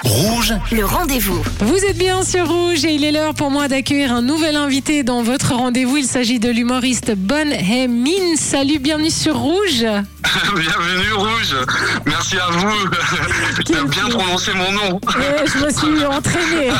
Rouge, le rendez-vous. Vous êtes bien sur Rouge et il est l'heure pour moi d'accueillir un nouvel invité dans votre rendez-vous. Il s'agit de l'humoriste Bonhamin. Salut, bienvenue sur Rouge. Bienvenue Rouge, merci à vous. Tu as bien prononcé mon nom. Je me suis entraînée.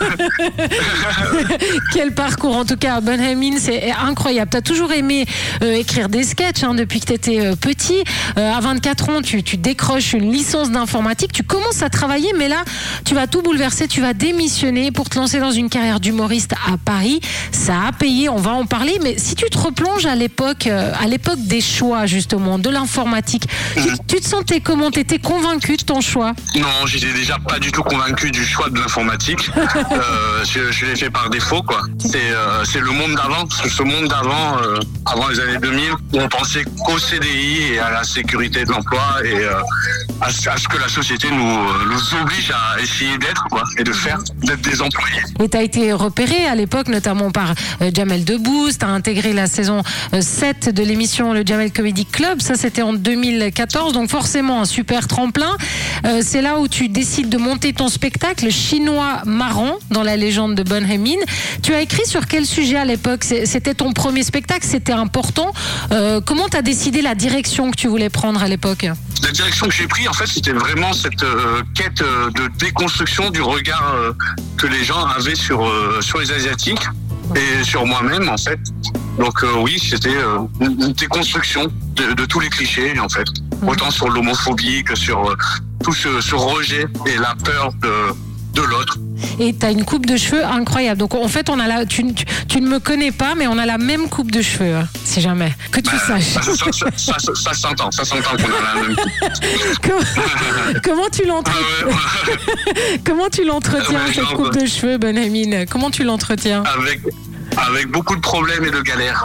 Quel parcours, en tout cas, Bonhamin, c'est incroyable. Tu as toujours aimé écrire des sketchs depuis que tu étais petit. À 24 ans, tu décroches une licence d'informatique. Tu commences à travailler, mais là, tu vas tout bouleverser. Tu vas démissionner pour te lancer dans une carrière d'humoriste à Paris. Ça a payé, on va en parler. Mais si tu te replonges à l'époque des choix, justement, de l'informatique, tu te sentais comment? Tu étais convaincu de ton choix? Non, j'étais déjà pas du tout convaincu du choix de l'informatique. Je l'ai fait par défaut, quoi. C'est le monde d'avant, ce monde d'avant, avant les années 2000, où on pensait qu'au CDI et à la sécurité de l'emploi et à ce que la société nous oblige à essayer d'être, quoi, et d'être des employés. Et tu as été repéré à l'époque, notamment par Jamel Debbouze. Tu as intégré la saison 7 de l'émission Le Jamel Comedy Club. Ça, c'était en 2014, donc forcément un super tremplin. C'est là où tu décides de monter ton spectacle Chinois marrant dans la légende de Bonhamin. Tu as écrit sur quel sujet à l'époque? C'était ton premier spectacle, c'était important. Comment tu as décidé la direction que tu voulais prendre à l'époque? La direction que j'ai prise, en fait, c'était vraiment cette quête de déconstruction du regard que les gens avaient sur les Asiatiques et sur moi-même, en fait. Donc oui, c'était une déconstruction de tous les clichés, en fait. Autant sur l'homophobie que sur tout ce rejet et la peur de l'autre. Et tu as une coupe de cheveux incroyable. Donc en fait, tu ne me connais pas, mais on a la même coupe de cheveux, si jamais. Que tu saches. Ça s'entend qu'on a la même coupe. Comment tu l'entretiens? Comment tu l'entretiens, cette coupe de cheveux, Bonhamin? Comment tu l'entretiens? Avec beaucoup de problèmes et de galères.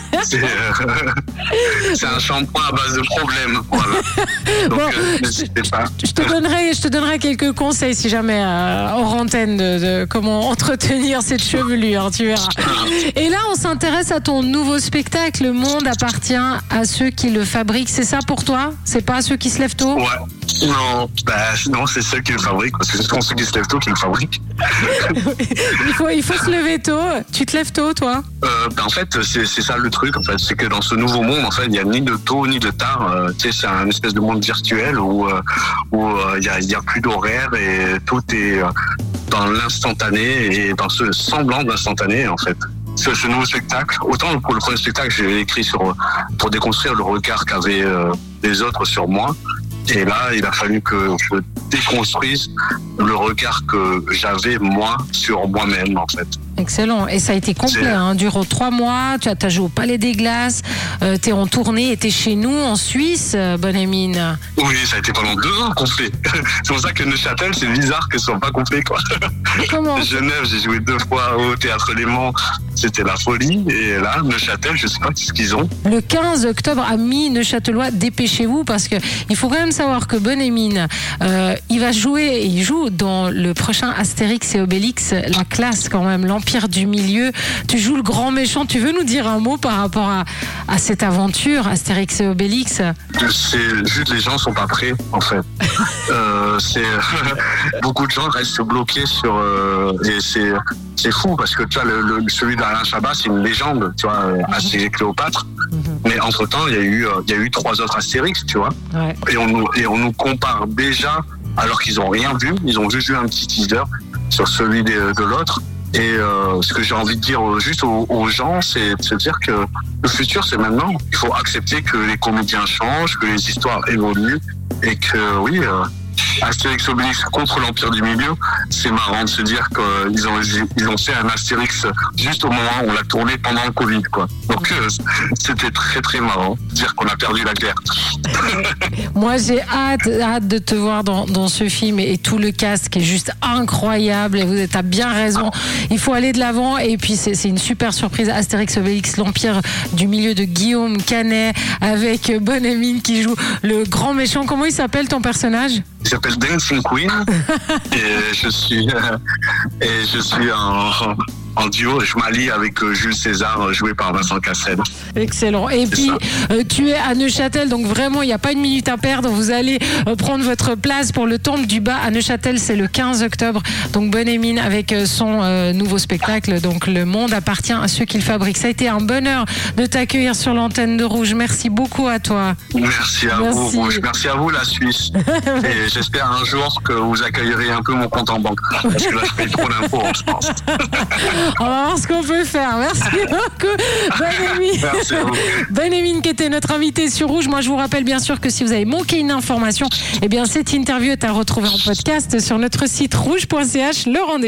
C'est un shampoing à base de problèmes. Voilà. Donc, n'hésitez pas. Je te donnerai quelques conseils si jamais hors antenne de comment entretenir cette chevelure, tu verras. Et là, on s'intéresse à ton nouveau spectacle. Le monde appartient à ceux qui le fabriquent. C'est ça pour toi? C'est pas à ceux qui se lèvent tôt? Ouais. Non, c'est ceux qui le fabriquent, parce que ce sont ceux qui se lèvent tôt qui le fabriquent. il faut se lever tôt. Tu te lèves tôt, toi? En fait, c'est ça le truc. En fait, c'est que dans ce nouveau monde, en fait, il n'y a ni de tôt ni de tard. C'est un espèce de monde virtuel où il y a plus d'horaire et tout est dans l'instantané et dans ce semblant d'instantané, en fait. Ce nouveau spectacle, autant pour le premier spectacle, j'ai écrit pour déconstruire le regard qu'avaient les autres sur moi. Et là, il a fallu que je déconstruise le regard que j'avais, moi, sur moi-même, en fait. Excellent. Et ça a été complet, durant 3 mois. Tu as joué au Palais des Glaces, tu es en tournée et tu es chez nous, en Suisse, Bonhamin. Oui, ça a été pendant 2 ans complet. C'est pour ça que Neuchâtel, c'est bizarre que ce soit pas complet, quoi. Comment? Genève, j'ai joué 2 fois au Théâtre Léman, c'était la folie. Et là, Neuchâtel, je sais pas ce qu'ils ont. Le 15 octobre, amis neuchâtelois, dépêchez-vous, parce que il faut quand même savoir que Bonhamin, il joue dans le prochain Astérix et Obélix, la classe quand même, l'Empire du Milieu. Tu joues le grand méchant. Tu veux nous dire un mot par rapport à cette aventure, Astérix et Obélix? C'est juste les gens sont pas prêts, en fait. Beaucoup de gens restent bloqués sur et c'est fou parce que tu vois celui d'Alain Chabat, c'est une légende, tu vois, Astérix et Cléopâtre. Mais entre-temps, il y a eu 3 autres Astérix, tu vois. Ouais. Et on nous compare déjà, alors qu'ils ont rien vu. Ils ont juste vu un petit teaser sur celui de l'autre. Et ce que j'ai envie de dire juste aux gens, c'est de se dire que le futur, c'est maintenant. Il faut accepter que les comédiens changent, que les histoires évoluent et que, oui, Astérix Obélix contre l'Empire du Milieu, c'est marrant de se dire qu'ils ont fait un Astérix juste au moment où on l'a tourné pendant le Covid, quoi. Donc c'était très très marrant de dire qu'on a perdu la guerre. Moi j'ai hâte de te voir dans ce film et tout le cast qui est juste incroyable et vous êtes à bien raison. Il faut aller de l'avant et puis c'est une super surprise. Astérix Obélix, l'Empire du Milieu de Guillaume Canet avec Bonhamin qui joue le grand méchant. Comment il s'appelle ton personnage? Il s'appelle Dancing Queen et je suis en duo. Je m'allie avec Jules César, joué par Vincent Cassel. Excellent. Et puis, tu es à Neuchâtel, donc vraiment, il n'y a pas une minute à perdre. Vous allez prendre votre place pour le Temple du Bas à Neuchâtel, c'est le 15 octobre. Donc, Bonne et Mine avec son nouveau spectacle. Donc, Le monde appartient à ceux qui le fabriquent. Ça a été un bonheur de t'accueillir sur l'antenne de Rouge. Merci beaucoup à toi. Merci à vous, Rouge. Merci à vous, la Suisse. Et j'espère un jour que vous accueillerez un peu mon compte en banque. Parce que là, je paye trop d'impôts, je pense. On va voir ce qu'on peut faire. Merci beaucoup. Merci à vous. Bonne et Mine qui était notre invité sur Rouge. Moi, je vous rappelle bien sûr que si vous avez manqué une information, eh bien, cette interview est à retrouver en podcast sur notre site rouge.ch. Le rendez-vous.